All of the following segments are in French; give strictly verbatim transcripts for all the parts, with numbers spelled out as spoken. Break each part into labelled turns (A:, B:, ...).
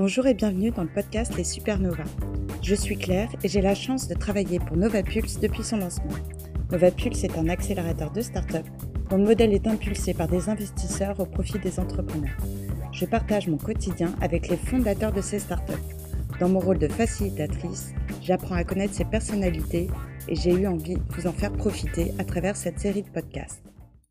A: Bonjour et bienvenue dans le podcast Les Supernovas. Je suis Claire et j'ai la chance de travailler pour Novapulse depuis son lancement. Novapulse est un accélérateur de start-up dont le modèle est impulsé par des investisseurs au profit des entrepreneurs. Je partage mon quotidien avec les fondateurs de ces startups. Dans mon rôle de facilitatrice, j'apprends à connaître ces personnalités et j'ai eu envie de vous en faire profiter à travers cette série de podcasts.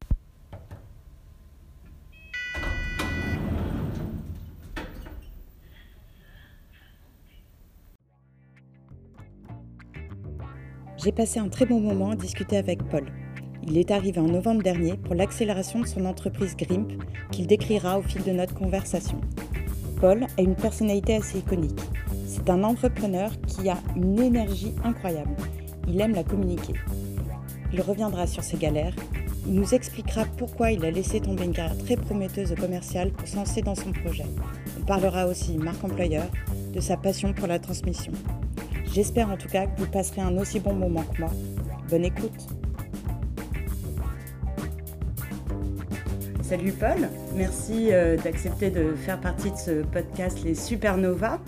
A: J'ai passé un très bon moment à discuter avec Paul. Il est arrivé en novembre dernier pour l'accélération de son entreprise Grimp, qu'il décrira au fil de notre conversation. Paul a une personnalité assez iconique. C'est un entrepreneur qui a une énergie incroyable. Il aime la communiquer. Il reviendra sur ses galères. Il nous expliquera pourquoi il a laissé tomber une carrière très prometteuse commerciale pour se lancer dans son projet. On parlera aussi marque employeur, de sa passion pour la transmission. J'espère en tout cas que vous passerez un aussi bon moment que moi. Bonne écoute. Salut Paul, merci euh, d'accepter de faire partie de ce podcast Les Supernovas.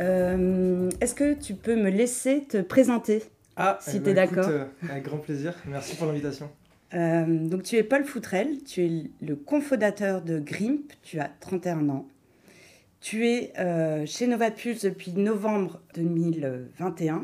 A: Euh, est-ce que tu peux me laisser te présenter
B: ah,
A: si
B: eh
A: tu es
B: ben,
A: d'accord
B: écoute, euh, Avec grand plaisir, merci pour l'invitation.
A: Euh, donc tu es Paul Foutrel, tu es le cofondateur de Grimp, tu as trente et un ans. Tu es euh, chez Novapulse depuis novembre deux mille vingt et un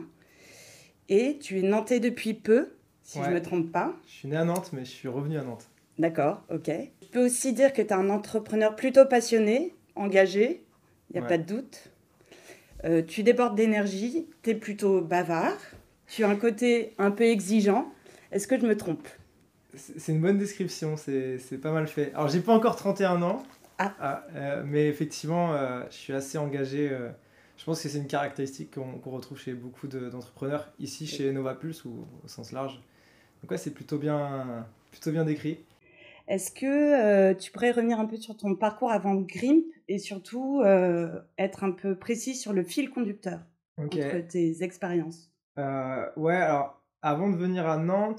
A: et tu es nantais depuis peu, si ouais. je ne me trompe pas.
B: Je suis né à Nantes, mais je suis revenu à Nantes.
A: D'accord, ok. Je peux aussi dire que tu es un entrepreneur plutôt passionné, engagé, il n'y a ouais. pas de doute. Euh, tu débordes d'énergie, tu es plutôt bavard, tu as un côté un peu exigeant. Est-ce que je me trompe ?
B: C'est une bonne description, c'est, c'est pas mal fait. Alors, j'ai pas encore trente et un ans.
A: Ah.
B: Ah, euh, mais effectivement, euh, je suis assez engagé. Euh, je pense que c'est une caractéristique qu'on, qu'on retrouve chez beaucoup de, d'entrepreneurs, ici chez Novapulse ou au sens large. Donc ouais, c'est plutôt bien, plutôt bien décrit.
A: Est-ce que euh, tu pourrais revenir un peu sur ton parcours avant Grimp et surtout euh, être un peu précis sur le fil conducteur okay. entre tes expériences ?
B: euh, Ouais, alors avant de venir à Nantes...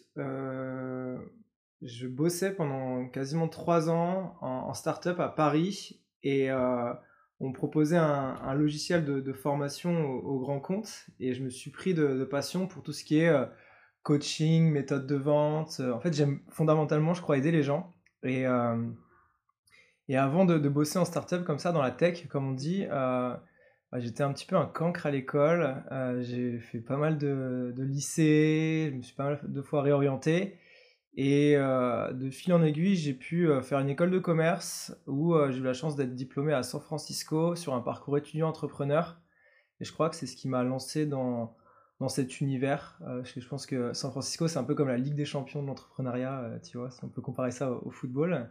B: Euh... Je bossais pendant quasiment trois ans en, en start-up à Paris et euh, on me proposait un, un logiciel de, de formation au, au grand compte et je me suis pris de, de passion pour tout ce qui est euh, coaching, méthode de vente. En fait, j'aime fondamentalement, je crois, aider les gens. Et, euh, et avant de, de bosser en start-up comme ça, dans la tech, comme on dit, euh, bah, j'étais un petit peu un cancre à l'école. Euh, j'ai fait pas mal de, de lycées, je me suis pas mal de fois réorienté. Et euh, de fil en aiguille, j'ai pu euh, faire une école de commerce où euh, j'ai eu la chance d'être diplômé à San Francisco sur un parcours étudiant-entrepreneur. Et je crois que c'est ce qui m'a lancé dans, dans cet univers. Euh, je, je pense que San Francisco, c'est un peu comme la Ligue des champions de l'entrepreneuriat, euh, tu vois, si on peut comparer ça au, au football.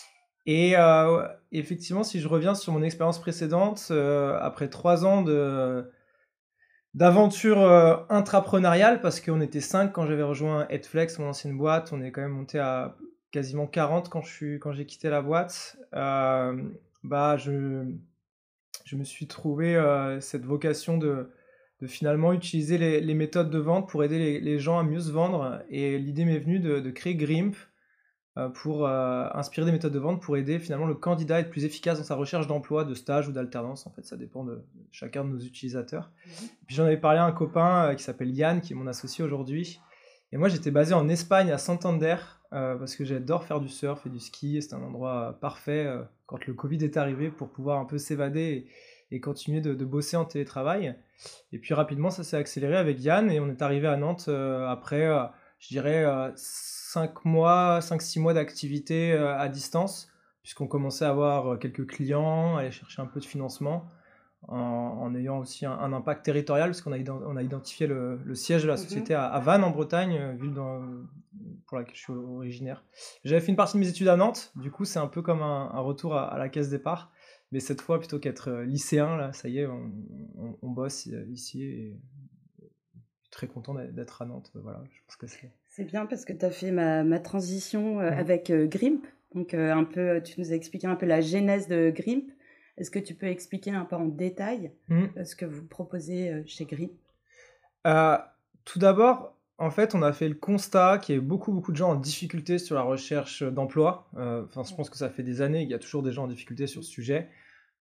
B: Et euh, effectivement, si je reviens sur mon expérience précédente, euh, après trois ans de... d'aventure euh, intrapreneuriale, parce qu'on était cinq quand j'avais rejoint Headflex, mon ancienne boîte. On est quand même monté à quasiment quarante quand, je suis, quand j'ai quitté la boîte. Euh, bah, je, je me suis trouvé euh, cette vocation de, de finalement utiliser les, les méthodes de vente pour aider les, les gens à mieux se vendre. Et l'idée m'est venue de, de créer Grimp euh, pour euh, inspirer des méthodes de vente pour aider finalement le candidat à être plus efficace dans sa recherche d'emploi, de stage ou d'alternance. En fait, ça dépend de, de chacun de nos utilisateurs. Mmh. Puis j'en avais parlé à un copain euh, qui s'appelle Yann, qui est mon associé aujourd'hui. Et moi, j'étais basé en Espagne, à Santander, euh, parce que j'adore faire du surf et du ski. C'était un endroit parfait euh, quand le Covid est arrivé pour pouvoir un peu s'évader et, et continuer de, de bosser en télétravail. Et puis rapidement, ça s'est accéléré avec Yann et on est arrivé à Nantes euh, après, euh, je dirais, euh, cinq mois, cinq six mois d'activité euh, à distance, puisqu'on commençait à avoir quelques clients, aller chercher un peu de financement, en, en ayant aussi un, un impact territorial, parce qu'on a, on a identifié le, le siège de la société à, à Vannes, en Bretagne, ville dans, pour laquelle je suis originaire. J'avais fait une partie de mes études à Nantes, du coup c'est un peu comme un, un retour à, à la case départ, mais cette fois, plutôt qu'être lycéen, là, ça y est, on, on, on bosse ici, et je suis très content d'être à Nantes. Voilà, je pense que c'est...
A: C'est bien parce que tu as fait ma, ma transition euh, mmh. avec euh, Grimp. Donc, euh, un peu, tu nous as expliqué un peu la genèse de Grimp. Est-ce que tu peux expliquer un peu en détail mmh. ce que vous proposez euh, chez Grimp ?
B: euh, Tout d'abord, en fait, on a fait le constat qu'il y avait beaucoup, beaucoup de gens en difficulté sur la recherche d'emploi. Euh, enfin, je pense que ça fait des années qu'il y a toujours des gens en difficulté sur ce sujet.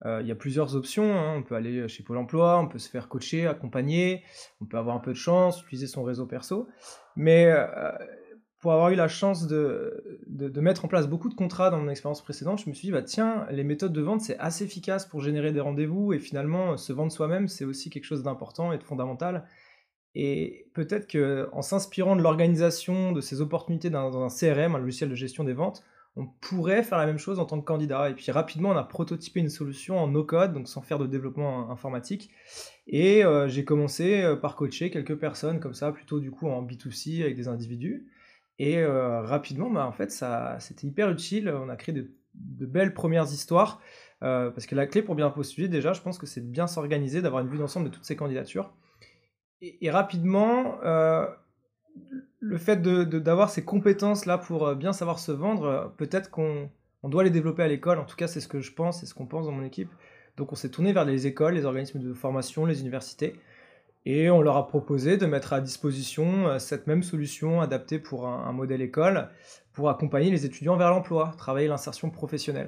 B: Euh, il y a plusieurs options, hein. On peut aller chez Pôle emploi, on peut se faire coacher, accompagner, on peut avoir un peu de chance, utiliser son réseau perso. Mais euh, pour avoir eu la chance de, de, de mettre en place beaucoup de contrats dans mon expérience précédente, je me suis dit, bah, tiens, les méthodes de vente, c'est assez efficace pour générer des rendez-vous, et finalement, se vendre soi-même, c'est aussi quelque chose d'important et de fondamental. Et peut-être qu'en s'inspirant de l'organisation de ces opportunités dans, dans un C R M, un logiciel de gestion des ventes, on pourrait faire la même chose en tant que candidat. Et puis rapidement, on a prototypé une solution en no-code, donc sans faire de développement informatique. Et euh, j'ai commencé euh, par coacher quelques personnes comme ça, plutôt du coup en B deux C avec des individus. Et euh, rapidement, bah, en fait, ça, c'était hyper utile. On a créé de, de belles premières histoires. Euh, parce que la clé pour bien postuler, déjà, je pense que c'est de bien s'organiser, d'avoir une vue d'ensemble de toutes ces candidatures. Et, et rapidement, euh, le fait de, de- d'avoir ces compétences-là pour euh, bien savoir se vendre, euh, peut-être qu'on on doit les développer à l'école. En tout cas, c'est ce que je pense, c'est ce qu'on pense dans mon équipe. Donc, on s'est tourné vers les écoles, les organismes de formation, les universités. Et on leur a proposé de mettre à disposition euh, cette même solution adaptée pour un, un modèle école pour accompagner les étudiants vers l'emploi, travailler l'insertion professionnelle.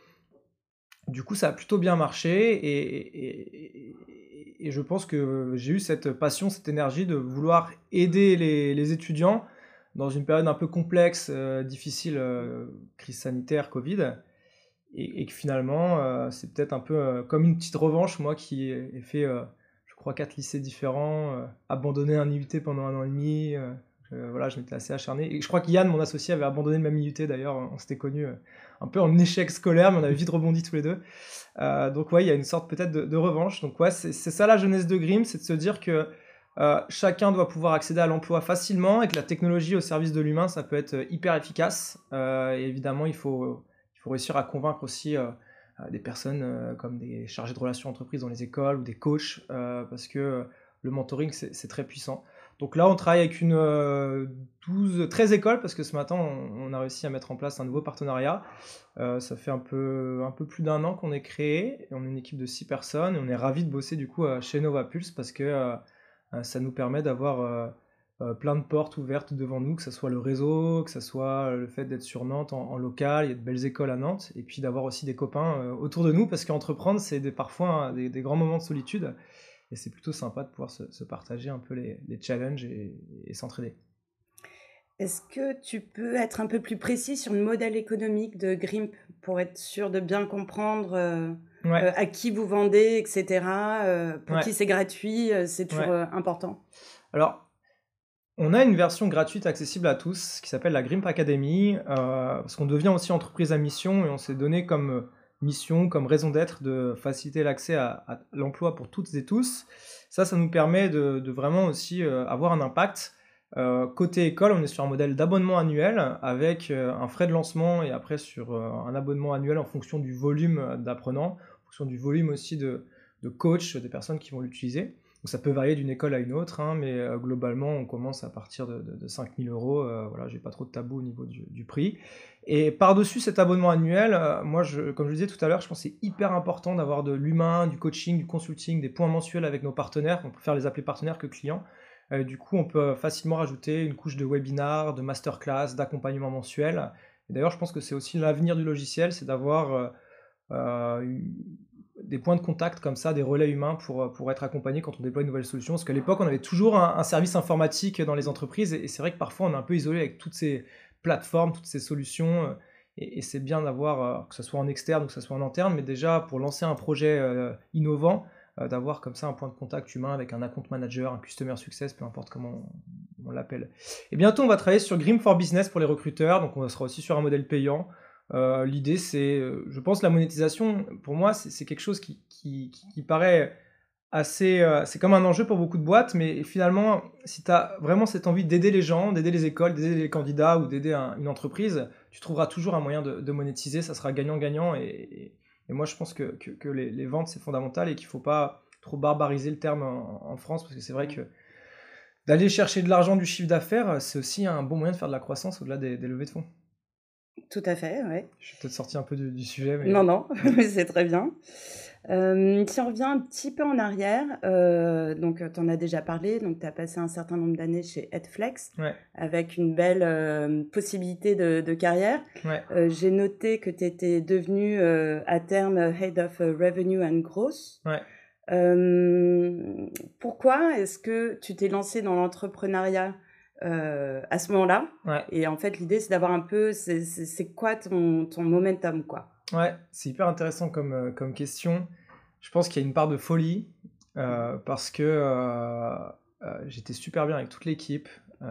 B: Du coup, ça a plutôt bien marché et, et- et- et je pense que j'ai eu cette passion, cette énergie de vouloir aider les, les étudiants dans une période un peu complexe, euh, difficile, euh, crise sanitaire, Covid, et, et que finalement, euh, c'est peut-être un peu euh, comme une petite revanche, moi qui ai ai fait, euh, je crois, quatre lycées différents, euh, abandonné un I U T pendant un an et demi, euh, je- voilà, je m'étais assez acharné. Et je crois qu'Yann, mon associé, avait abandonné le même I U T d'ailleurs, on s'était connus euh, un peu en échec scolaire, mais on avait vite rebondi tous les deux. Euh, donc ouais, il y a une sorte peut-être de, de revanche. Donc ouais, c'est c'est ça la jeunesse de Grimm, c'est de se dire que euh, chacun doit pouvoir accéder à l'emploi facilement et que la technologie au service de l'humain, ça peut être euh, hyper efficace. Euh, et évidemment, il faut, il faut réussir à convaincre aussi euh, euh, des personnes euh, comme des chargés de relations entreprises dans les écoles ou des coachs, euh, parce que euh, le mentoring, c'est c'est très puissant. Donc là, on travaille avec une euh, douze, treize écoles, parce que ce matin, on, on a réussi à mettre en place un nouveau partenariat. Euh, ça fait un peu, un peu plus d'un an qu'on est créé, et on est une équipe de six personnes, et on est ravis de bosser du coup euh, chez Nova Pulse, parce que euh, euh, ça nous permet d'avoir euh, euh, plein de portes ouvertes devant nous, que ce soit le réseau, que ce soit le fait d'être sur Nantes en, en local, il y a de belles écoles à Nantes, et puis d'avoir aussi des copains euh, autour de nous, parce qu'entreprendre, c'est des, parfois hein, des, des grands moments de solitude, et c'est plutôt sympa de pouvoir se, se partager un peu les, les challenges et, et s'entraider.
A: Est-ce que tu peux être un peu plus précis sur le modèle économique de Grimp pour être sûr de bien comprendre euh,
B: Ouais,
A: euh, à qui vous vendez, et cetera euh, Pour
B: ouais,
A: qui c'est gratuit, euh, c'est toujours
B: ouais.
A: euh, important.
B: Alors, on a une version gratuite accessible à tous qui s'appelle la Grimp Academy, euh, parce qu'on devient aussi entreprise à mission et on s'est donné comme euh, mission, comme raison d'être de faciliter l'accès à, à l'emploi pour toutes et tous. Ça, ça nous permet de, de vraiment aussi euh, avoir un impact. Euh, côté école, on est sur un modèle d'abonnement annuel avec euh, un frais de lancement et après sur euh, un abonnement annuel en fonction du volume d'apprenants, en fonction du volume aussi de, de coachs, des personnes qui vont l'utiliser. Donc ça peut varier d'une école à une autre, hein, mais euh, globalement, on commence à partir de, de, de cinq mille euros. Euh, voilà, j'ai pas trop de tabou au niveau du, du prix. Et par-dessus cet abonnement annuel, euh, moi, je, comme je le disais tout à l'heure, je pense que c'est hyper important d'avoir de l'humain, du coaching, du consulting, des points mensuels avec nos partenaires. On peut faire les appeler partenaires que clients. Euh, du coup, on peut facilement rajouter une couche de webinaire, de masterclass, d'accompagnement mensuel. Et d'ailleurs, je pense que c'est aussi l'avenir du logiciel, c'est d'avoir euh, euh, des points de contact comme ça, des relais humains pour, pour être accompagné quand on déploie une nouvelle solution. Parce qu'à l'époque, on avait toujours un, un service informatique dans les entreprises et, et c'est vrai que parfois on est un peu isolé avec toutes ces plateformes, toutes ces solutions. Et, et c'est bien d'avoir, euh, que ce soit en externe ou que ce soit en interne, mais déjà pour lancer un projet euh, innovant, euh, d'avoir comme ça un point de contact humain avec un account manager, un customer success, peu importe comment on, on l'appelle. Et bientôt, on va travailler sur Grim for Business pour les recruteurs, donc on sera aussi sur un modèle payant. Euh, l'idée, c'est, euh, je pense, la monétisation, pour moi, c'est c'est quelque chose qui, qui, qui- qui paraît assez... euh, c'est comme un enjeu pour beaucoup de boîtes, mais finalement, si tu as vraiment cette envie d'aider les gens, d'aider les écoles, d'aider les candidats ou d'aider un- une entreprise, tu trouveras toujours un moyen de, de monétiser, ça sera gagnant-gagnant. Et, et- et moi, je pense que, que- que les, les ventes, c'est fondamental et qu'il ne faut pas trop barbariser le terme en, en France, parce que c'est vrai que d'aller chercher de l'argent, du chiffre d'affaires, c'est aussi un bon moyen de faire de la croissance au-delà des, des levées de fonds.
A: Tout à fait, ouais.
B: Je suis peut-être sorti un peu du, du sujet, mais...
A: Non, non, mais c'est très bien. Hem, si on revient un petit peu en arrière, heu, donc tu en as déjà parlé, donc tu as passé un certain nombre d'années chez Edflex
B: Ouais,
A: avec une belle, hem, possibilité de de carrière.
B: ouais,
A: Heu, j'ai noté que tu étais devenu, heu, à terme, Head of Revenue and Growth.
B: ouais,
A: Hem, pourquoi est-ce que tu t'es lancé dans l'entrepreneuriat, heu, à ce moment-là?
B: ouais,
A: Et en fait, l'idée, c'est d'avoir un peu c'est c'est c'est quoi ton ton momentum, quoi?
B: ouais, c'est hyper intéressant comme, heu, comme question. Je pense qu'il y a une part de folie, heu, parce que, heu heu, j'étais super bien avec toute l'équipe, heu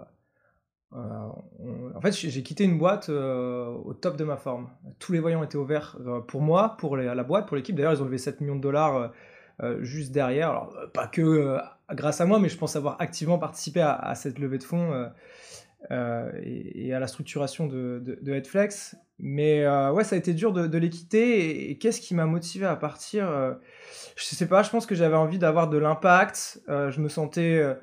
B: heu, on en fait, j'ai j'ai quitté une boîte, heu, au top de ma forme. Tous les voyants étaient ouverts, heu, pour moi, pour les la boîte, pour l'équipe. D'ailleurs, ils ont levé sept millions de dollars heu heu, juste derrière. Alors, heu, pas que, heu, grâce à moi, mais je pense avoir activement participé à à cette levée de fonds, heu heu et et à la structuration de de de Headflex. Mais heu, ouais, ça a été dur de de les quitter et et qu'est-ce qui m'a motivé à partir? Heu, je sais pas, je pense que j'avais envie d'avoir de l'impact, heu, je me sentais, heu,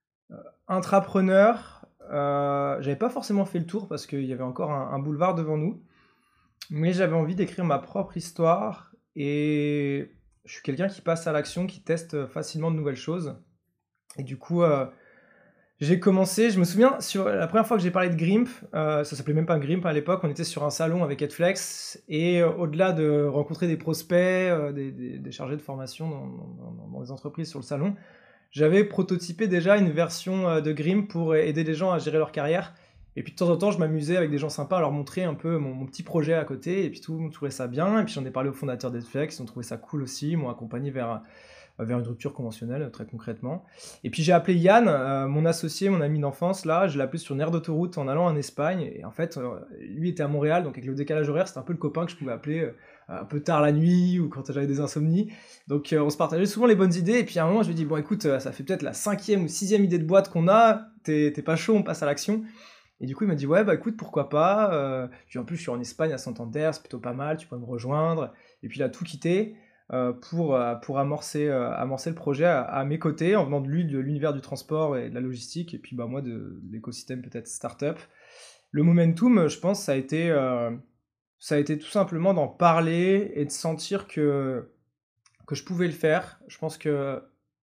B: intrapreneur, heu, j'avais pas forcément fait le tour parce qu'il y avait encore un un boulevard devant nous, mais j'avais envie d'écrire ma propre histoire et je suis quelqu'un qui passe à l'action, qui teste, facilement de nouvelles choses et du coup, heu j'ai commencé, je me souviens, sur la première fois que j'ai parlé de Grimp, heu, ça s'appelait même pas Grimp à l'époque, on était sur un salon avec Edflex et heu, au-delà de rencontrer des prospects, heu, des des des chargés de formation dans dans dans dans les entreprises sur le salon, j'avais prototypé déjà une version, heu, de Grimp pour aider les gens à gérer leur carrière et puis de temps en temps, je m'amusais avec des gens sympas à leur montrer un peu mon mon petit projet à côté et puis tout le monde trouvait ça bien et puis j'en ai parlé aux fondateurs d'Edflex, ils ont trouvé ça cool aussi, ils m'ont accompagné vers, heu, vers une rupture conventionnelle, très concrètement. Et puis j'ai appelé Yann, heu, mon associé, mon ami d'enfance là, je l'ai appelé sur une aire d'autoroute en allant en Espagne et en fait, heu, lui était à Montréal, donc avec le décalage horaire, c'était un peu le copain que je pouvais appeler, heu, un peu tard la nuit ou quand j'avais des insomnies. Donc heu, on se partageait souvent les bonnes idées et puis à un moment je lui ai dit: «Bon écoute, heu, ça fait peut-être la cinquième ou sixième idée de boîte qu'on a, tu es pas chaud, on passe à l'action?» Et du coup il m'a dit: «Ouais, bah écoute, pourquoi pas?» heu, puis en plus je suis en Espagne à Santander, c'est plutôt pas mal, tu peux me rejoindre et puis il a tout quitté, heu, pour, heu, pour amorcer, heu, amorcer le projet à à mes côtés, en venant de lui, de l'univers du transport et de la logistique et puis, bah, moi de de l'écosystème peut-être startup. Le momentum, je pense, ça a été, heu, ça a été tout simplement d'en parler et de sentir que que je pouvais le faire. Je pense que,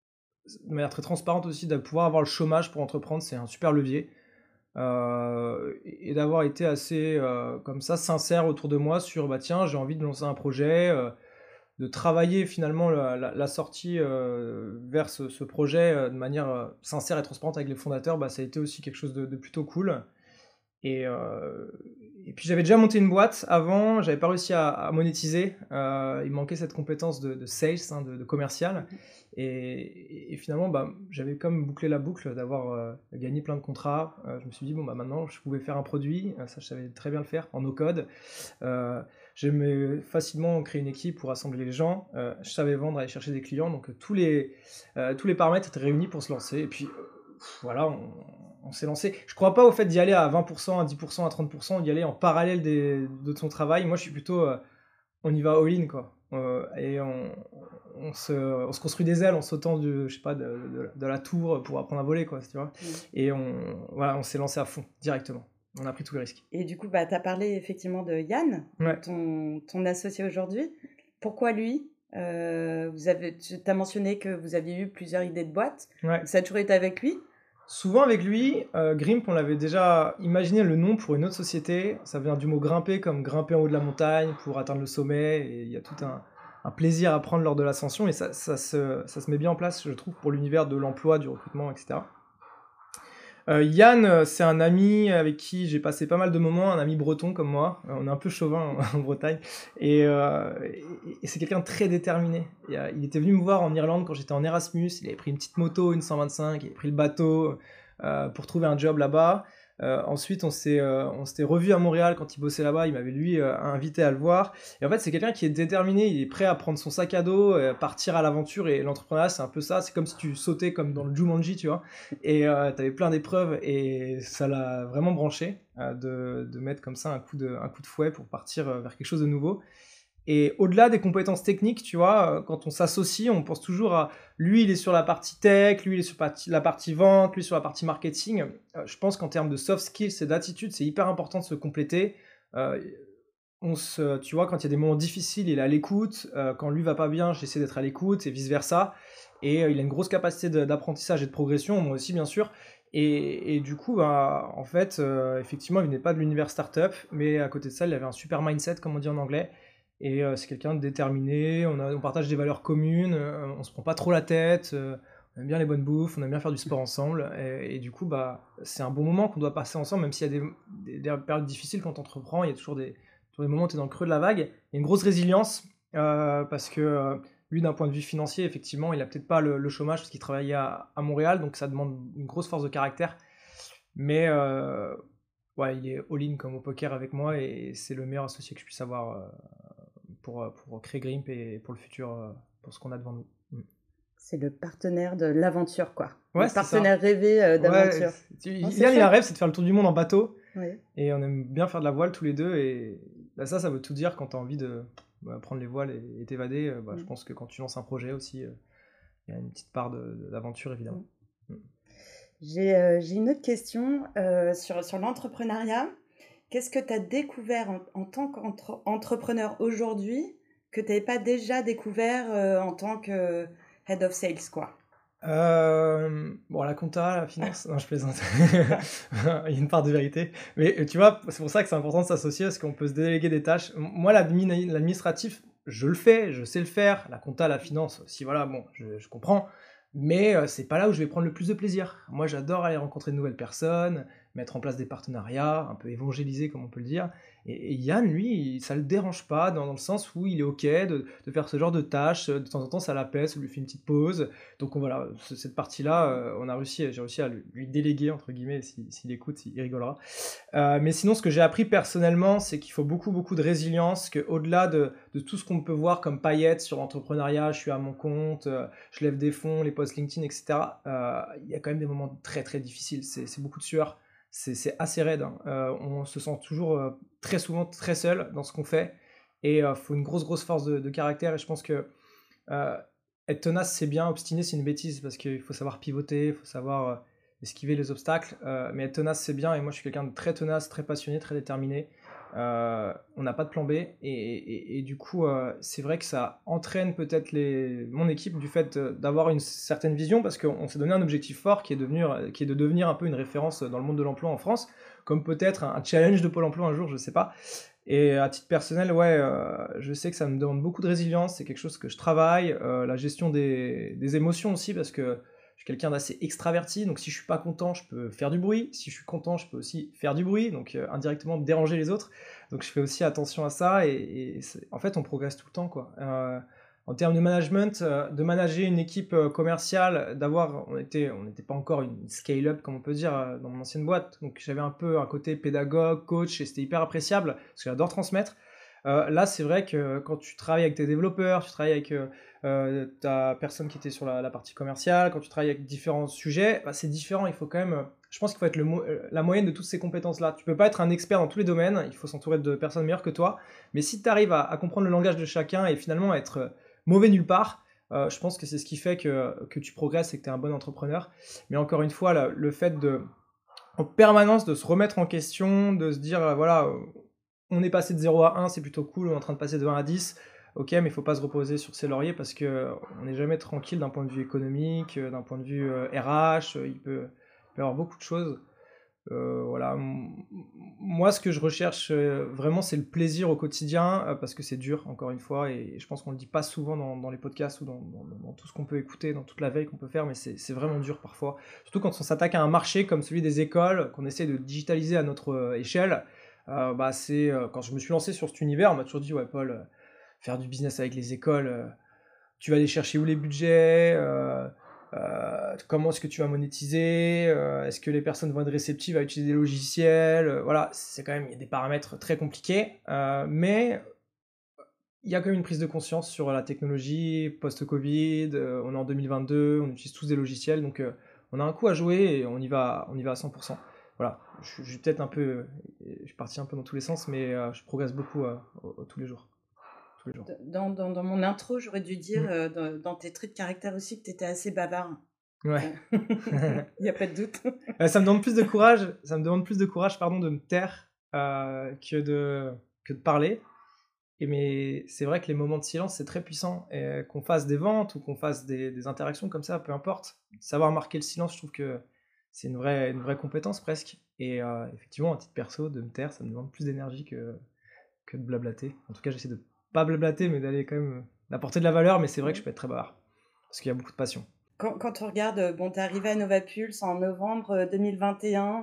B: de manière très transparente aussi, de pouvoir avoir le chômage pour entreprendre, c'est un super levier, heu et et d'avoir été assez, heu, comme ça, sincère autour de moi sur, bah, tiens, j'ai envie de lancer un projet, heu de travailler finalement la la la sortie, heu, vers ce ce projet, heu, de manière, heu, sincère et transparente avec les fondateurs, bah, ça a été aussi quelque chose de de plutôt cool et heu et puis j'avais déjà monté une boîte avant, j'avais pas réussi à à monétiser, heu, il me manquait cette compétence de de sales, hein, de de commercial
A: Mmh.
B: et et finalement, bah, j'avais comme bouclé la boucle d'avoir, heu, gagné plein de contrats, heu, je me suis dit: «Bon, bah, maintenant je pouvais faire un produit», heu, ça je savais très bien le faire en no code. Heu, J'aimais facilement créer une équipe pour rassembler les gens, heu, je savais vendre, aller chercher des clients, donc heu, tous les, heu, tous les paramètres étaient réunis pour se lancer et puis, heu, voilà, on on s'est lancé. Je crois pas au fait d'y aller à vingt pour cent, à dix pour cent, à trente pour cent, d'y aller en parallèle des de son travail. Moi, je suis plutôt, heu, on y va all-in quoi, heu et on on se on se construit des ailes en sautant de je sais pas, de de de la tour pour apprendre à voler quoi, tu vois?
A: Mmh.
B: Et on voilà, on s'est lancé à fond, directement. On a pris tous les risques.
A: Et du coup, bah, tu as parlé effectivement de Yann, donc
B: Ouais,
A: ton ton associé aujourd'hui. Pourquoi lui? Heu, vous avez tu as mentionné que vous aviez eu plusieurs idées de boîte,
B: ouais.
A: donc ça a toujours été avec lui?
B: Souvent avec lui, heu, Grimp, on l'avait déjà imaginé le nom pour une autre société. Ça vient du mot grimper, comme grimper en haut de la montagne pour atteindre le sommet et il y a tout un un plaisir à prendre lors de l'ascension et ça ça se ça se met bien en place, je trouve, pour l'univers de l'emploi, du recrutement et cetera. Heu, Yann, heu, c'est un ami avec qui j'ai passé pas mal de moments, un ami breton comme moi. Heu, on est un peu chauvin en en Bretagne et heu et et c'est quelqu'un de très déterminé. Et heu, il était venu me voir en Irlande quand j'étais en Erasmus, il avait pris une petite moto, une cent vingt-cinq, il avait pris le bateau, heu, pour trouver un job là-bas. Heu, ensuite on s'est, heu, on s'était revus à Montréal quand il bossait là-bas, il m'avait lui, heu, invité à le voir et en fait, c'est quelqu'un qui est déterminé, il est prêt à prendre son sac à dos, heu, partir à l'aventure et l'entrepreneuriat, c'est un peu ça. C'est comme si tu sautais comme dans le Jumanji, tu vois? Et euh, tu avais plein d'épreuves et ça l'a vraiment branché euh, de, de mettre comme ça un coup de, un coup de fouet pour partir euh, vers quelque chose de nouveau. Et au-delà des compétences techniques, tu vois, euh, quand on s'associe, on pense toujours à lui, il est sur la partie tech, lui, il est sur partie- la partie vente, lui, sur la partie marketing. Euh, je pense qu'en termes de soft skills et d'attitude, c'est hyper important de se compléter. Euh, on se, tu vois, quand il y a des moments difficiles, il est à l'écoute. Euh, quand lui va pas bien, j'essaie d'être à l'écoute et vice versa. Et euh, il a une grosse capacité de- d'apprentissage et de progression, moi aussi bien sûr. Et, et du coup, bah, en fait, euh, effectivement, il venait pas de l'univers startup, mais à côté de ça, il avait un super mindset, comme on dit en anglais. Et euh, c'est quelqu'un de déterminé. On, a- on partage des valeurs communes. Euh, on se prend pas trop la tête. Euh, on aime bien les bonnes bouffes. On aime bien faire du sport ensemble. Et, et du coup, bah, c'est un bon moment qu'on doit passer ensemble, même s'il y a des, des- des périodes difficiles quand on entreprend. Il y a toujours des, toujours des moments où tu es dans le creux de la vague. Il y a une grosse résilience euh, parce que euh, lui, d'un point de vue financier, effectivement, il a peut-être pas le, le chômage parce qu'il travaillait à, à Montréal, donc ça demande une grosse force de caractère. Mais euh, ouais, il est all-in comme au poker avec moi et c'est le meilleur associé que je puisse avoir euh, pour, euh, pour créer Grimp et pour le futur, euh, pour ce qu'on a devant nous. Mm.
A: C'est le partenaire de l'aventure, quoi. Le
B: Ouais, c'est ça.
A: partenaire rêvé euh,
B: Ouais,
A: d'aventure.
B: c'est- tu-
A: Non, c'est
B: Yann, il a un
A: chouette.
B: rêve, c'est de faire le tour du monde en bateau.
A: Oui.
B: Et on aime bien faire de la voile tous les deux. Et bah, ça, ça veut tout dire quand tu as envie de bah, prendre les voiles et et t'évader. Euh, bah, je
A: Mm.
B: pense que quand tu lances un projet aussi, euh, il y a une petite part de- de- d'aventure, évidemment.
A: Mm.
B: Mm.
A: J'ai euh, j'ai une autre question euh, sur, sur l'entrepreneuriat. Qu'est-ce que tu as découvert en, en tant qu'entrepreneur aujourd'hui que tu n'avais pas déjà découvert euh, en tant que head of sales, quoi?
B: Euh, bon, la compta, la finance, non, je plaisante. Il y a une part de vérité. Mais euh, tu vois, c'est pour ça que c'est important de s'associer parce qu'on peut se déléguer des tâches. M- Moi, l'admin- l'administratif, je le fais, je sais le faire. La compta, la finance, si voilà, bon, je, je comprends. Mais euh, c'est pas là où je vais prendre le plus de plaisir. Moi, j'adore aller rencontrer de nouvelles personnes, mettre en place des partenariats, un peu évangéliser, comme on peut le dire. Et, et Yann, lui, il- ça le dérange pas dans, dans le sens où il est OK de, de faire ce genre de tâches. De temps en temps, ça l'apaise, ça lui fait une petite pause. Donc on- voilà, ce- cette partie-là, euh, on a réussi, j'ai réussi à lui, lui déléguer, entre guillemets, si- s'il écoute, il rigolera. Euh, mais sinon, ce que j'ai appris personnellement, c'est qu'il faut beaucoup, beaucoup de résilience, qu'au-delà de, de tout ce qu'on peut voir comme paillettes sur l'entrepreneuriat, je suis à mon compte, euh, je lève des fonds, les posts LinkedIn, et cetera, euh, il y a quand même des moments très, très difficiles. C'est c'est beaucoup de sueur, c'est c'est assez raide, hein. Euh, on se sent toujours euh, très souvent très seul dans ce qu'on fait. Et il faut une grosse, grosse force de, de caractère. Et je pense que euh, être tenace, c'est bien, obstiné, c'est une bêtise, parce qu'il faut savoir pivoter, il faut savoir euh, esquiver les obstacles, euh, mais être tenace, c'est bien, et moi je suis quelqu'un de très tenace, très passionné, très déterminé. Euh, on n'a pas de plan B, et, et- et du coup, euh, c'est vrai que ça entraîne peut-être les, mon équipe du fait euh, d'avoir une certaine vision, parce qu'on s'est donné un objectif fort qui est, devenir, qui est de devenir un peu une référence dans le monde de l'emploi en France, comme peut-être un, un challenge de Pôle emploi un jour, je ne sais pas. Et à titre personnel, ouais, euh, je sais que ça me demande beaucoup de résilience, c'est quelque chose que je travaille, euh, la gestion des, des émotions aussi, parce que je suis quelqu'un d'assez extraverti, donc si je suis pas content, je peux faire du bruit, si je suis content, je peux aussi faire du bruit, donc euh, indirectement déranger les autres, donc je fais aussi attention à ça, et, et c'est- en fait on progresse tout le temps, quoi. Euh, en termes de management, euh, de manager une équipe euh, commerciale, d'avoir, on était, on n'était pas encore une scale-up, comme on peut dire, euh, dans mon ancienne boîte, donc j'avais un peu un côté pédagogue, coach, et c'était hyper appréciable, parce que j'adore transmettre. Euh, là, c'est vrai que quand tu travailles avec tes développeurs, tu travailles avec euh, euh, ta personne qui était sur la, la partie commerciale, quand tu travailles avec différents sujets, bah, c'est différent. Il faut quand même, euh, je pense qu'il faut être le mo- euh, la moyenne de toutes ces compétences-là. Tu peux pas être un expert dans tous les domaines, il faut s'entourer de personnes meilleures que toi. Mais si tu arrives à, à comprendre le langage de chacun et finalement à être euh, mauvais nulle part, euh, je pense que c'est ce qui fait que, que tu progresses et que tu es un bon entrepreneur. Mais encore une fois, là, le fait de, en permanence de se remettre en question, de se dire, euh, voilà, euh, on est passé de zéro à un, c'est plutôt cool, on est en train de passer de un à dix, ok, mais il faut pas se reposer sur ses lauriers parce que euh, on n'est jamais tranquille d'un point de vue économique, euh, d'un point de vue euh, R H, euh, il peut, il peut y avoir beaucoup de choses. Euh, voilà, M- moi ce que je recherche euh, vraiment c'est le plaisir au quotidien euh, parce que c'est dur encore une fois et je pense qu'on le dit pas souvent dans, dans les podcasts ou dans, dans- dans tout ce qu'on peut écouter, dans toute la veille qu'on peut faire, mais c'est c'est vraiment dur parfois. Surtout quand on s'attaque à un marché comme celui des écoles, qu'on essaie de digitaliser à notre euh, échelle. Euh, bah c'est euh, quand je me suis lancé sur cet univers, on m'a toujours dit ouais Paul, euh, faire du business avec les écoles. euh, tu vas aller chercher où les budgets, euh, euh, comment est-ce que tu vas monétiser, euh, est-ce que les personnes vont être réceptives à utiliser des logiciels, euh, voilà, c'est quand même il y a des paramètres très compliqués, euh, mais il y a quand même une prise de conscience sur la technologie post-Covid, euh, on est en deux mille vingt-deux, on utilise tous des logiciels, donc euh, on a un coup à jouer et on y va, on y va à cent pour cent. Voilà, je, je suis peut-être un peu, je suis parti un peu dans tous les sens, mais euh, je progresse beaucoup euh, au- au- tous les jours. Tous les jours.
A: Dans, dans, dans mon intro, j'aurais dû dire,
B: Mm.
A: euh, dans, dans tes traits de caractère aussi, que tu étais assez bavard.
B: Ouais.
A: Il n'y a pas de doute.
B: Euh, ça me demande plus de courage, ça me demande plus de courage, pardon, de me taire euh, que de que de parler. Et mais c'est vrai que les moments de silence, c'est très puissant. Et qu'on fasse des ventes ou qu'on fasse des, des interactions comme ça, peu importe. Savoir marquer le silence, je trouve que c'est une vraie, une vraie compétence presque. Et euh, effectivement, à titre perso, de me taire, ça me demande plus d'énergie que, que de blablater. En tout cas, j'essaie de pas blablater, mais d'aller quand même d'apporter de la valeur. Mais c'est vrai que je peux être très bavard parce qu'il y a beaucoup de passion.
A: Quand, quand on regarde, bon, t'es arrivé à Novapulse en novembre deux mille vingt et un.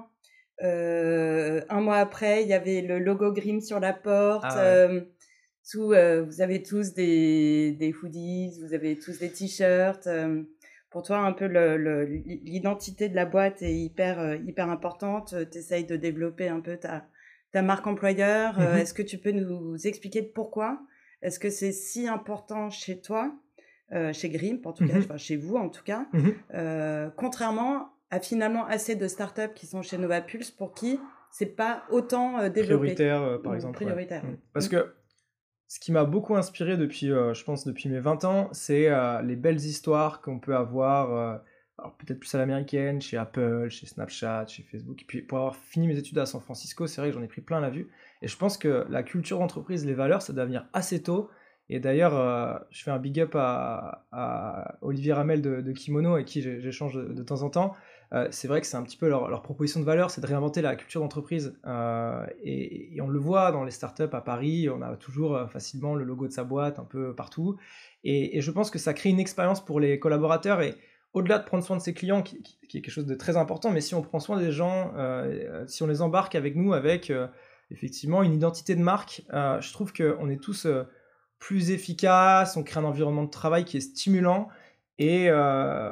A: Euh, un mois après, il y avait le logo Grimm sur la porte.
B: Ah ouais.
A: euh, sous, euh, vous avez tous des, des hoodies, vous avez tous des t-shirts. euh, pour toi, un peu le, le- l'identité de la boîte est hyper, euh, hyper importante. Tu essayes de développer un peu ta, ta marque employeur. Euh,
B: Mhm.
A: Est-ce que tu peux nous expliquer pourquoi? Est-ce que c'est si important chez toi, euh, chez Grimm, en tout cas,
B: Mhm.
A: enfin, chez vous en tout cas,
B: Mhm.
A: euh, contrairement à finalement assez de startups qui sont chez Novapulse pour qui c'est pas autant euh, développé.
B: Prioritaire, euh, par
A: Ou
B: exemple. ouais.
A: prioritaire.
B: Mm.
A: ouais.
B: Parce
A: Mm.
B: que ce qui m'a beaucoup inspiré depuis, euh, je pense, depuis mes vingt ans, c'est euh, les belles histoires qu'on peut avoir, euh, alors peut-être plus à l'américaine, chez Apple, chez Snapchat, chez Facebook. Et puis pour avoir fini mes études à San Francisco, c'est vrai que j'en ai pris plein la vue. Et je pense que la culture d'entreprise, les valeurs, ça doit venir assez tôt. Et d'ailleurs, euh, je fais un big up à, à Olivier Ramel de, de Kimono, avec qui j'ai- j'échange de, de temps en temps. Euh, c'est vrai que c'est un petit peu leur, leur proposition de valeur, c'est de réinventer la culture d'entreprise. Euh, et, et on le voit dans les startups à Paris, on a toujours euh, facilement le logo de sa boîte un peu partout. Et, et je pense que ça crée une expérience pour les collaborateurs. Et au-delà de prendre soin de ses clients, qui, qui- qui est quelque chose de très important, mais si on prend soin des gens, euh, si on les embarque avec nous, avec euh, effectivement une identité de marque, euh, je trouve qu'on est tous euh, plus efficaces, on crée un environnement de travail qui est stimulant. Et, euh,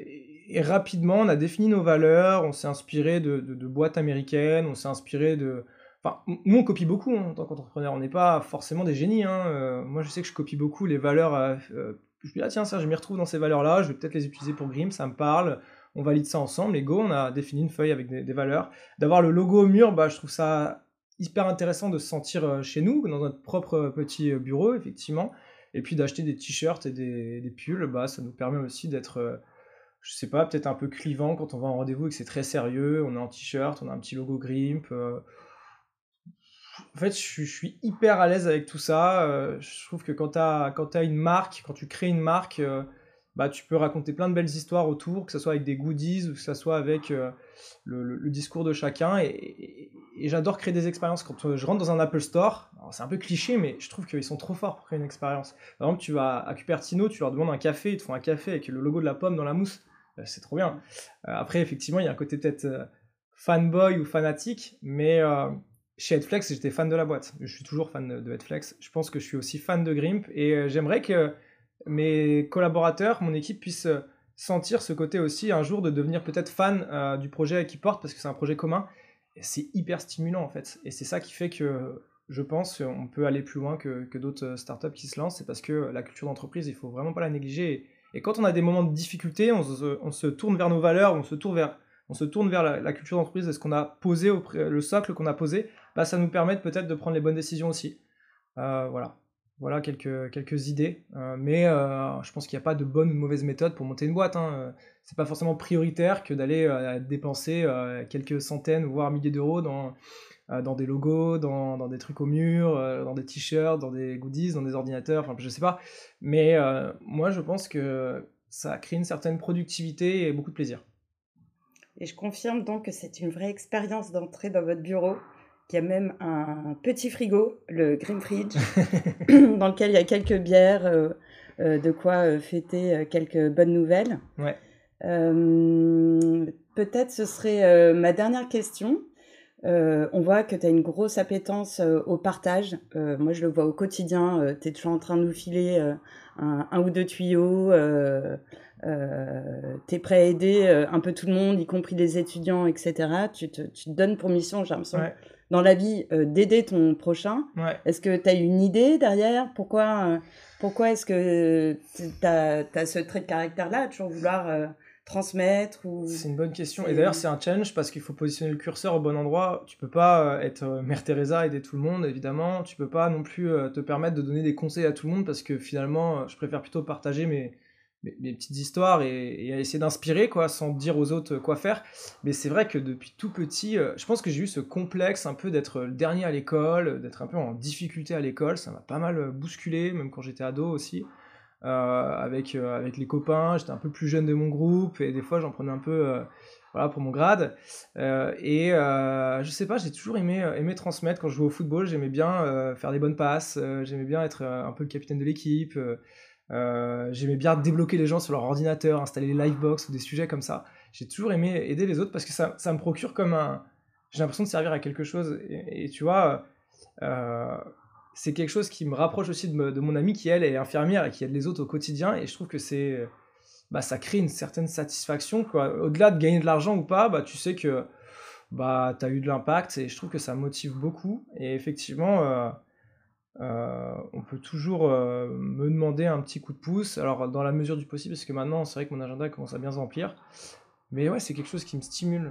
B: et rapidement, on a défini nos valeurs, on s'est inspiré de, de- de boîtes américaines, on s'est inspiré de... Enfin, m- nous, on copie beaucoup hein, en tant qu'entrepreneur, on n'est pas forcément des génies. hein. Euh, moi, je sais que je copie beaucoup les valeurs. euh, euh, je me dis, ah tiens, ça, je m'y retrouve dans ces valeurs-là, je vais peut-être les utiliser pour Grimm, ça me parle, on valide ça ensemble, et go, on a défini une feuille avec des, des valeurs. D'avoir le logo au mur, bah, je trouve ça hyper intéressant de se sentir euh, chez nous, dans notre propre euh, petit euh, bureau, effectivement. Et puis d'acheter des t-shirts et des, des pulls, bah, ça nous permet aussi d'être... euh, je sais pas, peut-être un peu clivant quand on va en rendez-vous et que c'est très sérieux, on est en t-shirt, on a un petit logo Grimp. euh. En fait, je, suis- je suis hyper à l'aise avec tout ça. euh, je trouve que quand tu as, quand t'as une marque, quand tu crées une marque, euh, bah, tu peux raconter plein de belles histoires autour, que ce soit avec des goodies ou que ce soit avec euh, le, le- le discours de chacun. Et, et- et j'adore créer des expériences. Quand euh, je rentre dans un Apple Store, alors c'est un peu cliché, mais je trouve qu'ils sont trop forts pour créer une expérience. Par exemple, tu vas à Cupertino, tu leur demandes un café, ils te font un café avec le logo de la pomme dans la mousse. Euh, c'est trop bien. Euh, après, effectivement, il y a un côté peut-être euh, fanboy ou fanatique, mais euh, chez Headflex, j'étais fan de la boîte. Je suis toujours fan de, de Headflex. Je pense que je suis aussi fan de Grimp et euh, j'aimerais que mes collaborateurs, mon équipe puissent euh, sentir ce côté aussi un jour de devenir peut-être fan euh, du projet qu'ils portent parce que c'est un projet commun. Et c'est hyper stimulant en fait. Et c'est ça qui fait que je pense qu'on peut aller plus loin que, que d'autres euh, startups qui se lancent. C'est parce que la culture d'entreprise, il faut vraiment pas la négliger. Et, et quand on a des moments de difficulté, on se, on se tourne vers nos valeurs, on se tourne vers, on se tourne vers la, la culture d'entreprise et ce qu'on a posé, au pré- le socle qu'on a posé, bah, ça nous permet peut-être de prendre les bonnes décisions aussi. Euh, voilà. Voilà quelques, quelques idées. Euh, mais euh, je pense qu'il n'y a pas de bonne ou de mauvaise méthode pour monter une boîte. Hein. Euh, C'est pas forcément prioritaire que d'aller euh, dépenser euh, quelques centaines, voire milliers d'euros dans, euh, dans des logos, dans, dans des trucs au mur, euh, dans des t-shirts, dans des goodies, dans des ordinateurs, enfin je sais pas. Mais euh, moi je pense que ça crée une certaine productivité et beaucoup de plaisir.
A: Et je confirme donc que c'est une vraie expérience d'entrer dans votre bureau, qu'il y a même un petit frigo, le Green Fridge, dans lequel il y a quelques bières, euh, euh, de quoi euh, fêter euh, quelques bonnes nouvelles.
B: Ouais.
A: Euh, peut-être ce serait euh, ma dernière question. Euh, on voit que tu as une grosse appétence euh, au partage. Euh, moi, je le vois au quotidien. Euh, tu es toujours en train de nous filer euh, un, un ou deux tuyaux. Euh, euh, tu es prêt à aider euh, un peu tout le monde, y compris les étudiants, et cetera. Tu te, tu te donnes pour mission, j'ai l'impression,
B: Ouais.
A: dans la vie, euh, d'aider ton prochain.
B: Ouais.
A: Est-ce que tu as une idée derrière? Pourquoi, euh, pourquoi est-ce que tu as ce trait de caractère-là, toujours vouloir euh, transmettre ou...
B: C'est une bonne question. Et
A: C'est-
B: d'ailleurs, c'est un challenge parce qu'il faut positionner le curseur au bon endroit. Tu peux pas euh, être euh, Mère Teresa, aider tout le monde, évidemment. Tu peux pas non plus euh, te permettre de donner des conseils à tout le monde parce que finalement, euh, je préfère plutôt partager mes, mes, mes petites histoires et, et à essayer d'inspirer, quoi, sans dire aux autres quoi faire. Mais c'est vrai que depuis tout petit, euh, je pense que j'ai eu ce complexe un peu d'être le dernier à l'école, d'être un peu en difficulté à l'école. Ça m'a pas mal bousculé, même quand j'étais ado aussi. Euh, avec, euh, avec les copains, j'étais un peu plus jeune de mon groupe et des fois j'en prenais un peu euh, voilà, pour mon grade. Euh, et euh, je sais pas, j'ai toujours aimé, aimé transmettre. Quand je jouais au football, j'aimais bien euh, faire des bonnes passes, euh, j'aimais bien être euh, un peu le capitaine de l'équipe, euh, euh, j'aimais bien débloquer les gens sur leur ordinateur, installer les livebox ou des sujets comme ça. J'ai toujours aimé aider les autres parce que ça, ça me procure comme un... J'ai l'impression de servir à quelque chose. Et, et tu vois... Euh, c'est quelque chose qui me rapproche aussi de, me, de mon amie qui, elle, est infirmière et qui aide les autres au quotidien. Et je trouve que c'est, bah, ça crée une certaine satisfaction, quoi. Au-delà de gagner de l'argent ou pas, bah, tu sais que bah, tu as eu de l'impact et je trouve que ça motive beaucoup. Et effectivement, euh, euh, on peut toujours euh, me demander un petit coup de pouce. Alors, dans la mesure du possible, parce que maintenant, c'est vrai que mon agenda commence à bien se remplir. Mais ouais, c'est quelque chose qui me stimule.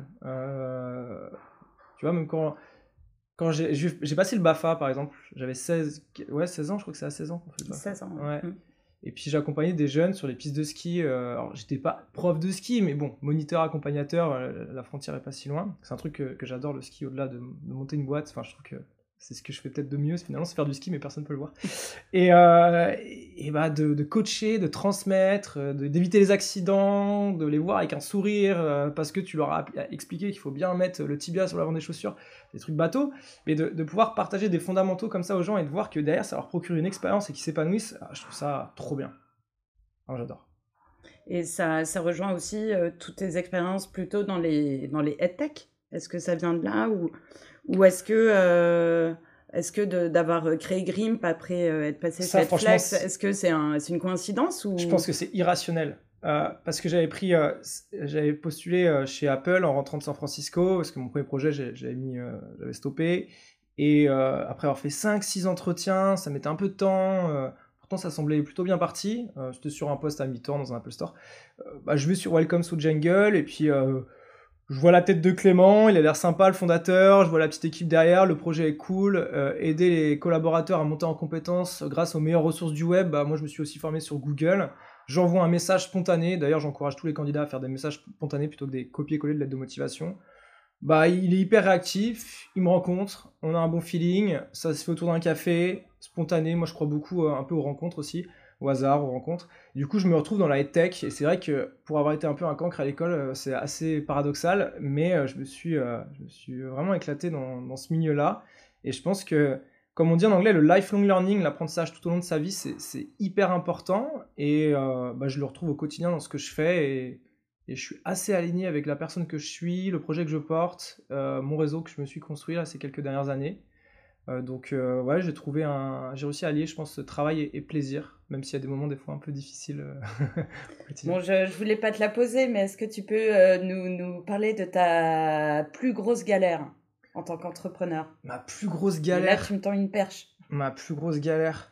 B: Euh, tu vois, même quand... Quand j'ai, j'ai j'ai passé le BAFA, par exemple, j'avais seize, ouais, seize ans, je crois que c'est à seize ans qu'on fait le BAFA.
A: seize ans.
B: Ouais.
A: Mmh.
B: Et puis j'accompagnais des jeunes sur les pistes de ski. Euh, alors, j'étais pas prof de ski, mais bon, moniteur, accompagnateur, euh, la frontière est pas si loin. C'est un truc que, que j'adore, le ski, au-delà de, de monter une boîte. Enfin, je trouve que c'est ce que je fais peut-être de mieux, finalement, c'est faire du ski, mais personne ne peut le voir. Et, euh, et bah, de, de coacher, de transmettre, de, d'éviter les accidents, de les voir avec un sourire, euh, parce que tu leur as expliqué qu'il faut bien mettre le tibia sur l'avant des chaussures, des trucs bateaux, mais de, de pouvoir partager des fondamentaux comme ça aux gens et de voir que derrière, ça leur procure une expérience et qu'ils s'épanouissent, ah, je trouve ça trop bien. Alors, j'adore.
A: Et ça, ça rejoint aussi euh, toutes tes expériences plutôt dans les, dans les EdTech. Est-ce que ça vient de là ou, ou est-ce que, euh, est-ce que de, d'avoir créé Grimp après euh, être passé
B: Ça,
A: chez
B: franchement,
A: Edflex,
B: c'est-
A: est-ce que c'est un, c'est une coïncidence ou...
B: Je pense que c'est irrationnel. Euh, parce que j'avais pris, euh, s- j'avais postulé euh, chez Apple en rentrant de San Francisco, parce que mon premier projet, j'ai- j'avais mis, euh, j'avais stoppé. Et euh, après avoir fait cinq six entretiens, ça mettait un peu de temps. Euh, pourtant, ça semblait plutôt bien parti. Euh, j'étais sur un poste à mi-temps dans un Apple Store. Euh, bah, je vais sur Welcome to Jungle, et puis euh, je vois la tête de Clément, il a l'air sympa, le fondateur. Je vois la petite équipe derrière, le projet est cool. Euh, aider les collaborateurs à monter en compétences grâce aux meilleures ressources du web. Bah, moi, je me suis aussi formé sur Google. J'envoie un message spontané. D'ailleurs, j'encourage tous les candidats à faire des messages spontanés plutôt que des copier-coller de lettres de motivation. Bah, il est hyper réactif, il me rencontre, on a un bon feeling, ça se fait autour d'un café, spontané. Moi, je crois beaucoup euh, un peu aux rencontres aussi, au hasard, aux rencontres. Du coup, je me retrouve dans la tech et c'est vrai que pour avoir été un peu un cancre à l'école, euh, c'est assez paradoxal, mais euh, je me suis, euh, je me suis vraiment éclaté dans, dans ce milieu-là. Et je pense que, comme on dit en anglais, le lifelong learning, l'apprentissage tout au long de sa vie, c'est c'est hyper important. Et euh, bah, je le retrouve au quotidien dans ce que je fais. Et, et je suis assez aligné avec la personne que je suis, le projet que je porte, euh, mon réseau que je me suis construit là, ces quelques dernières années. Euh, donc euh, ouais, j'ai trouvé un, j'ai réussi à allier, je pense, travail et, et plaisir, même s'il y a des moments des fois un peu difficiles euh, au quotidien.
A: Bon, je ne voulais pas te la poser, mais est-ce que tu peux euh, nous, nous parler de ta plus grosse galère en tant qu'entrepreneur?
B: Ma plus grosse
A: Et là,
B: galère,
A: tu me tends une perche.
B: ma plus grosse galère.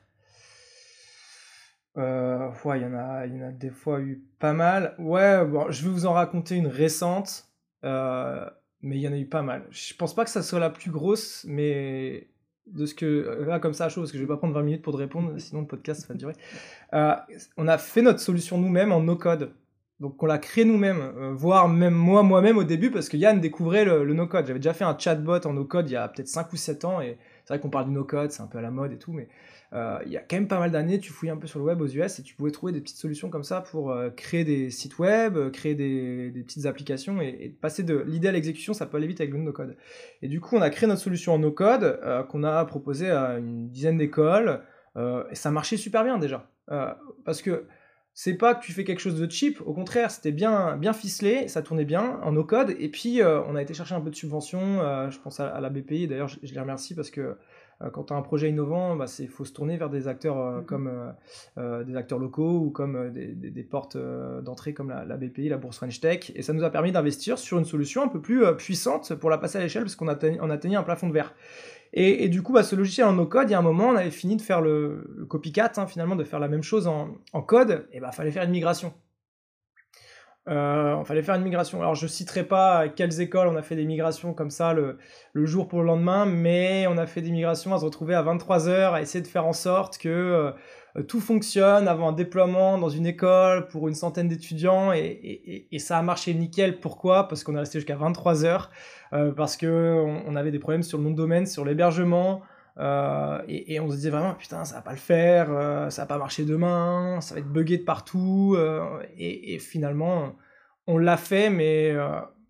B: Euh, ouais, il y en a, il y en a des fois eu pas mal. Ouais, bon, je vais vous en raconter une récente, euh, mais il y en a eu pas mal. Je pense pas que ça soit la plus grosse, mais de ce que là comme ça à chaud, parce que je vais pas prendre vingt minutes pour te répondre, sinon le podcast va durer. Euh, on a fait notre solution nous-mêmes en no-code. Donc on l'a créé nous-mêmes, euh, voire même moi moi-même au début, parce que Yann découvrait le, le no-code. J'avais déjà fait un chatbot en no-code il y a peut-être cinq ou sept ans, et c'est vrai qu'on parle du no-code, c'est un peu à la mode et tout, mais euh, il y a quand même pas mal d'années, tu fouilles un peu sur le web aux U S et tu pouvais trouver des petites solutions comme ça pour euh, créer des sites web, euh, créer des, des petites applications et, et passer de l'idée à l'exécution, ça peut aller vite avec le no-code. Et du coup, on a créé notre solution en no-code euh, qu'on a proposée à une dizaine d'écoles euh, et ça marchait super bien déjà. Euh, parce que c'est pas que tu fais quelque chose de cheap, au contraire, c'était bien, bien ficelé, ça tournait bien en no-code, et puis euh, on a été chercher un peu de subventions, euh, je pense à, à la B P I, d'ailleurs je, je les remercie parce que euh, quand tu as un projet innovant, bah, il faut se tourner vers des acteurs euh,
A: Mhm.
B: comme euh, euh, des acteurs locaux ou comme euh, des, des, des portes euh, d'entrée comme la, la B P I, la Bourse French Tech, et ça nous a permis d'investir sur une solution un peu plus euh, puissante pour la passer à l'échelle parce qu'on atteignait, on atteignait un plafond de verre. Et, et du coup, bah, ce logiciel en no-code, il y a un moment, on avait fini de faire le, le copycat, hein, finalement, de faire la même chose en, en code, et bah, fallait faire une migration. Euh, il fallait faire une migration. Alors, je citerai pas à quelles écoles on a fait des migrations comme ça le, le jour pour le lendemain, mais on a fait des migrations à se retrouver à vingt-trois heures, à essayer de faire en sorte que euh, tout fonctionne avant un déploiement dans une école pour une centaine d'étudiants et, et, et ça a marché nickel. Pourquoi ? Parce qu'on est resté jusqu'à vingt-trois heures, euh, parce qu'on on avait des problèmes sur le nom de domaine, sur l'hébergement, euh, et, et on se disait vraiment putain ça va pas le faire, euh, ça va pas marcher demain, ça va être buggé de partout, euh, et, et finalement on l'a fait, mais euh,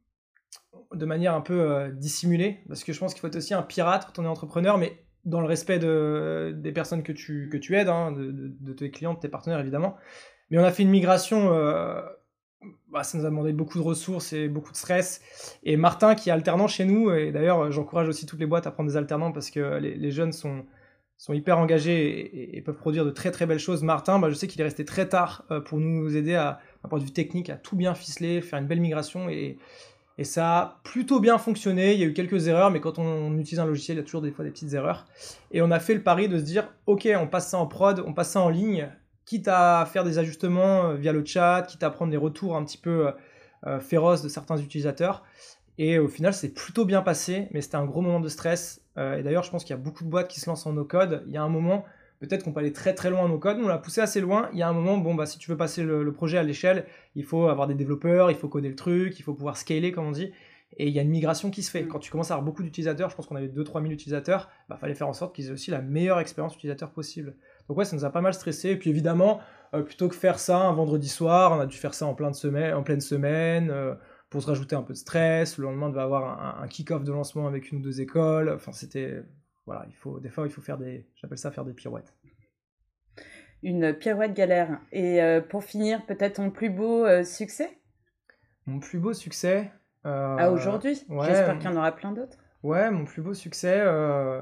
B: de manière un peu euh, dissimulée, parce que je pense qu'il faut être aussi un pirate quand on est entrepreneur, mais dans le respect de, des personnes que tu, que tu aides, hein, de, de, de tes clients, de tes partenaires évidemment. Mais on a fait une migration, euh, bah, ça nous a demandé beaucoup de ressources et beaucoup de stress. Et Martin, qui est alternant chez nous, et d'ailleurs j'encourage aussi toutes les boîtes à prendre des alternants parce que les, les jeunes sont, sont hyper engagés et, et, et peuvent produire de très très belles choses. Martin, bah, je sais qu'il est resté très tard euh, pour nous aider à, d'un point de vue technique, à tout bien ficeler, faire une belle migration et Et ça a plutôt bien fonctionné, il y a eu quelques erreurs, mais quand on utilise un logiciel, il y a toujours des fois des petites erreurs. Et on a fait le pari de se dire, ok, on passe ça en prod, on passe ça en ligne, quitte à faire des ajustements via le chat, quitte à prendre des retours un petit peu euh, féroces de certains utilisateurs. Et au final, c'est plutôt bien passé, mais c'était un gros moment de stress. Euh, et d'ailleurs, je pense qu'il y a beaucoup de boîtes qui se lancent en no-code. Il y a un moment, peut-être qu'on peut aller très très loin en no-code, mais on l'a poussé assez loin. Il y a un moment, bon, bah, si tu veux passer le, le projet à l'échelle, il faut avoir des développeurs, il faut coder le truc, il faut pouvoir scaler, comme on dit. Et il y a une migration qui se fait. Quand tu commences à avoir beaucoup d'utilisateurs, je pense qu'on avait deux à trois mille utilisateurs, il bah, fallait faire en sorte qu'ils aient aussi la meilleure expérience utilisateur possible. Donc ouais, ça nous a pas mal stressé. Et puis évidemment, euh, plutôt que faire ça un vendredi soir, on a dû faire ça en, plein de semaine, en pleine semaine, euh, pour se rajouter un peu de stress. Le lendemain, on devait avoir un, un kick-off de lancement avec une ou deux écoles. Enfin, c'était... Voilà, il faut, des fois, il faut faire des... J'appelle ça faire des pirouettes.
A: Une pirouette galère. Et euh, pour finir, peut-être ton plus beau euh, succès ?
B: Mon plus beau succès... Euh,
A: à aujourd'hui.
B: Ouais,
A: j'espère qu'il y en aura plein d'autres.
B: Ouais, mon plus beau succès... Euh...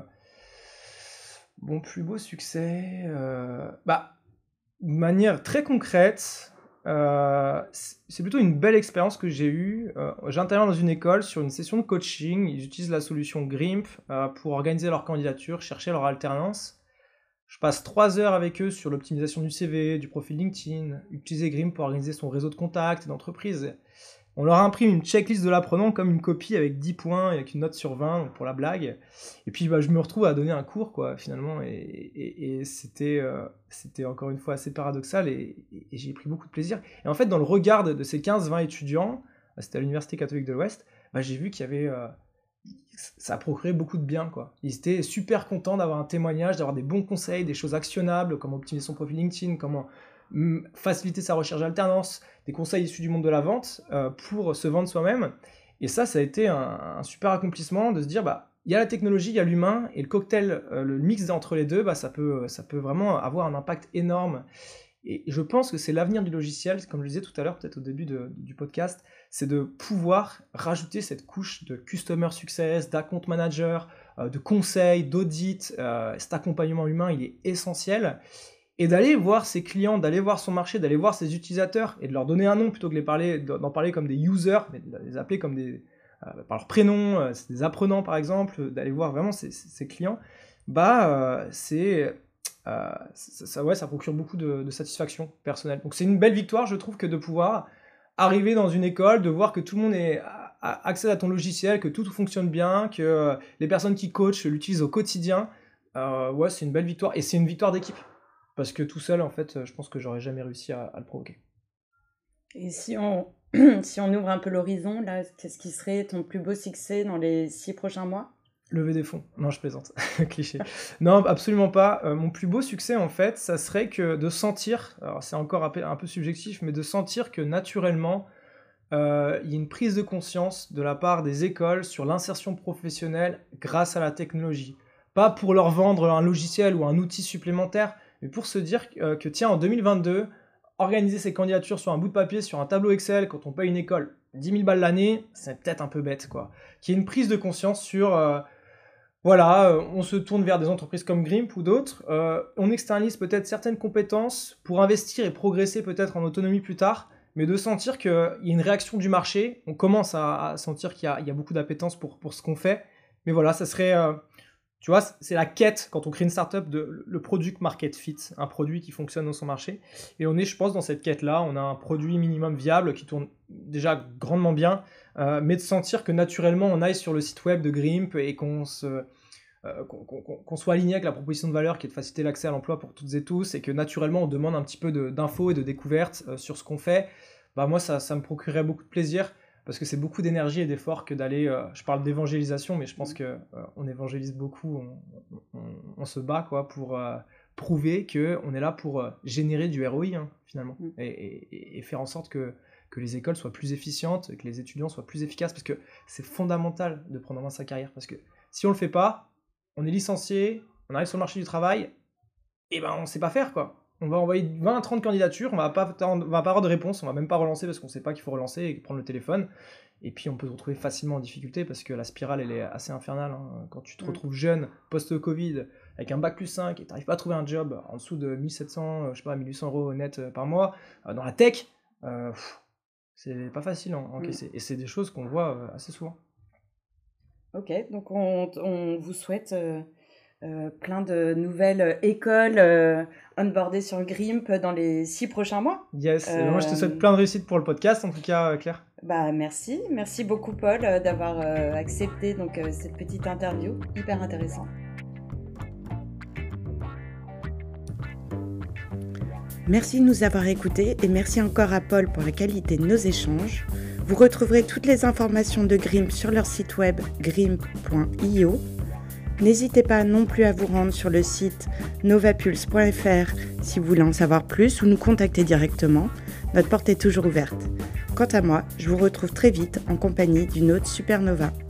B: Mon plus beau succès... Euh... Bah, de manière très concrète... Euh, c'est plutôt une belle expérience que j'ai eue. Euh, j'interviens dans une école sur une session de coaching. Ils utilisent la solution Grimp euh, pour organiser leur candidature, chercher leur alternance. Je passe trois heures avec eux sur l'optimisation du C V, du profil LinkedIn, utiliser Grimp pour organiser son réseau de contacts et d'entreprises. On leur imprime une checklist de l'apprenant comme une copie avec dix points et avec une note sur vingt pour la blague. Et puis bah, je me retrouve à donner un cours quoi, finalement. Et, et, et c'était, euh, c'était encore une fois assez paradoxal et, et, et j'ai pris beaucoup de plaisir. Et en fait, dans le regard de, de ces quinze vingt étudiants, c'était à l'Université catholique de l'Ouest, bah, j'ai vu qu'il y avait... Euh, ça a procuré beaucoup de bien, quoi. Ils étaient super contents d'avoir un témoignage, d'avoir des bons conseils, des choses actionnables, comment optimiser son profil LinkedIn, comment mm, faciliter sa recherche d'alternance, des conseils issus du monde de la vente euh, pour se vendre soi-même. Et ça, ça a été un, un super accomplissement de se dire, bah, il y a la technologie, il y a l'humain, et le cocktail, euh, le mix entre les deux, bah, ça peut, ça peut vraiment avoir un impact énorme. Et je pense que c'est l'avenir du logiciel, comme je le disais tout à l'heure, peut-être au début de, du podcast, c'est de pouvoir rajouter cette couche de customer success, d'account manager, euh, de conseils, d'audit. Euh, cet accompagnement humain, il est essentiel. Et d'aller voir ses clients, d'aller voir son marché, d'aller voir ses utilisateurs et de leur donner un nom plutôt que de les parler, d'en parler comme des users, mais de les appeler comme des, euh, par leur prénom, euh, c'est des apprenants par exemple, d'aller voir vraiment ses, ses clients, bah euh, c'est... Euh, ça, ça, ouais, ça procure beaucoup de, de satisfaction personnelle. Donc c'est une belle victoire, je trouve, que de pouvoir arriver dans une école, de voir que tout le monde ait accès à ton logiciel, que tout fonctionne bien, que euh, les personnes qui coachent l'utilisent au quotidien. Euh, ouais, c'est une belle victoire. Et c'est une victoire d'équipe. Parce que tout seul, en fait, je pense que j'aurais jamais réussi à, à le provoquer.
A: Et si on, si on ouvre un peu l'horizon, là, qu'est-ce qui serait ton plus beau succès dans les six prochains mois ?
B: Lever des fonds. Non, je plaisante. Cliché. Non, absolument pas. Euh, mon plus beau succès, en fait, ça serait que de sentir, alors c'est encore un peu subjectif, mais de sentir que naturellement, euh, il y a une prise de conscience de la part des écoles sur l'insertion professionnelle grâce à la technologie. Pas pour leur vendre un logiciel ou un outil supplémentaire, mais pour se dire euh, que, tiens, en deux mille vingt-deux, organiser ses candidatures sur un bout de papier, sur un tableau Excel, quand on paye une école dix mille balles l'année, c'est peut-être un peu bête, quoi. Qu'il y ait une prise de conscience sur... Euh, Voilà, euh, on se tourne vers des entreprises comme Grimp ou d'autres. Euh, on externalise peut-être certaines compétences pour investir et progresser peut-être en autonomie plus tard, mais de sentir qu'il y a une réaction du marché. On commence à, à sentir qu'il y a, il y a beaucoup d'appétence pour, pour ce qu'on fait. Mais voilà, ça serait... Euh, tu vois, c'est la quête, quand on crée une startup, de le product market fit, un produit qui fonctionne dans son marché. Et on est, je pense, dans cette quête-là. On a un produit minimum viable qui tourne déjà grandement bien, euh, mais de sentir que naturellement, on aille sur le site web de Grimp et qu'on se... euh, qu'on, qu'on, qu'on soit aligné avec la proposition de valeur qui est de faciliter l'accès à l'emploi pour toutes et tous, et que naturellement on demande un petit peu de, d'infos et de découvertes euh, sur ce qu'on fait, bah moi ça, ça me procurerait beaucoup de plaisir, parce que c'est beaucoup d'énergie et d'efforts que d'aller, euh, je parle d'évangélisation, mais je pense qu'on euh, évangélise beaucoup, on, on, on se bat quoi, pour euh, prouver qu'on est là pour euh, générer du R O I hein, finalement, mm. et, et, et faire en sorte que, que les écoles soient plus efficientes, que les étudiants soient plus efficaces, parce que c'est fondamental de prendre en main sa carrière, parce que si on le fait pas, on est licencié, on arrive sur le marché du travail, et ben on sait pas faire quoi. On va envoyer vingt à trente candidatures, on va pas, on va pas avoir de réponse, on va même pas relancer parce qu'on sait pas qu'il faut relancer et prendre le téléphone. Et puis on peut se retrouver facilement en difficulté parce que la spirale elle est assez infernale. Hein. Quand tu te retrouves jeune, post-Covid, avec un bac plus cinq et tu n'arrives pas à trouver un job en dessous de mille sept cents, je sais pas, mille huit cents euros net par mois, dans la tech, euh, pff, c'est pas facile à encaisser. Mm. Et c'est des choses qu'on voit assez souvent.
A: Ok, donc on, on vous souhaite... Euh... Euh, plein de nouvelles écoles euh, onboardées sur Grimp dans les six prochains mois.
B: Yes, euh, moi je te souhaite plein de réussite pour le podcast en tout cas, Claire.
A: Bah merci, merci beaucoup Paul euh, d'avoir euh, accepté donc, euh, cette petite interview, hyper intéressant. Merci de nous avoir écoutés et merci encore à Paul pour la qualité de nos échanges. Vous retrouverez toutes les informations de Grimp sur leur site web grimp point io. N'hésitez pas non plus à vous rendre sur le site novapulse point f r si vous voulez en savoir plus ou nous contacter directement. Notre porte est toujours ouverte. Quant à moi, je vous retrouve très vite en compagnie d'une autre Supernova.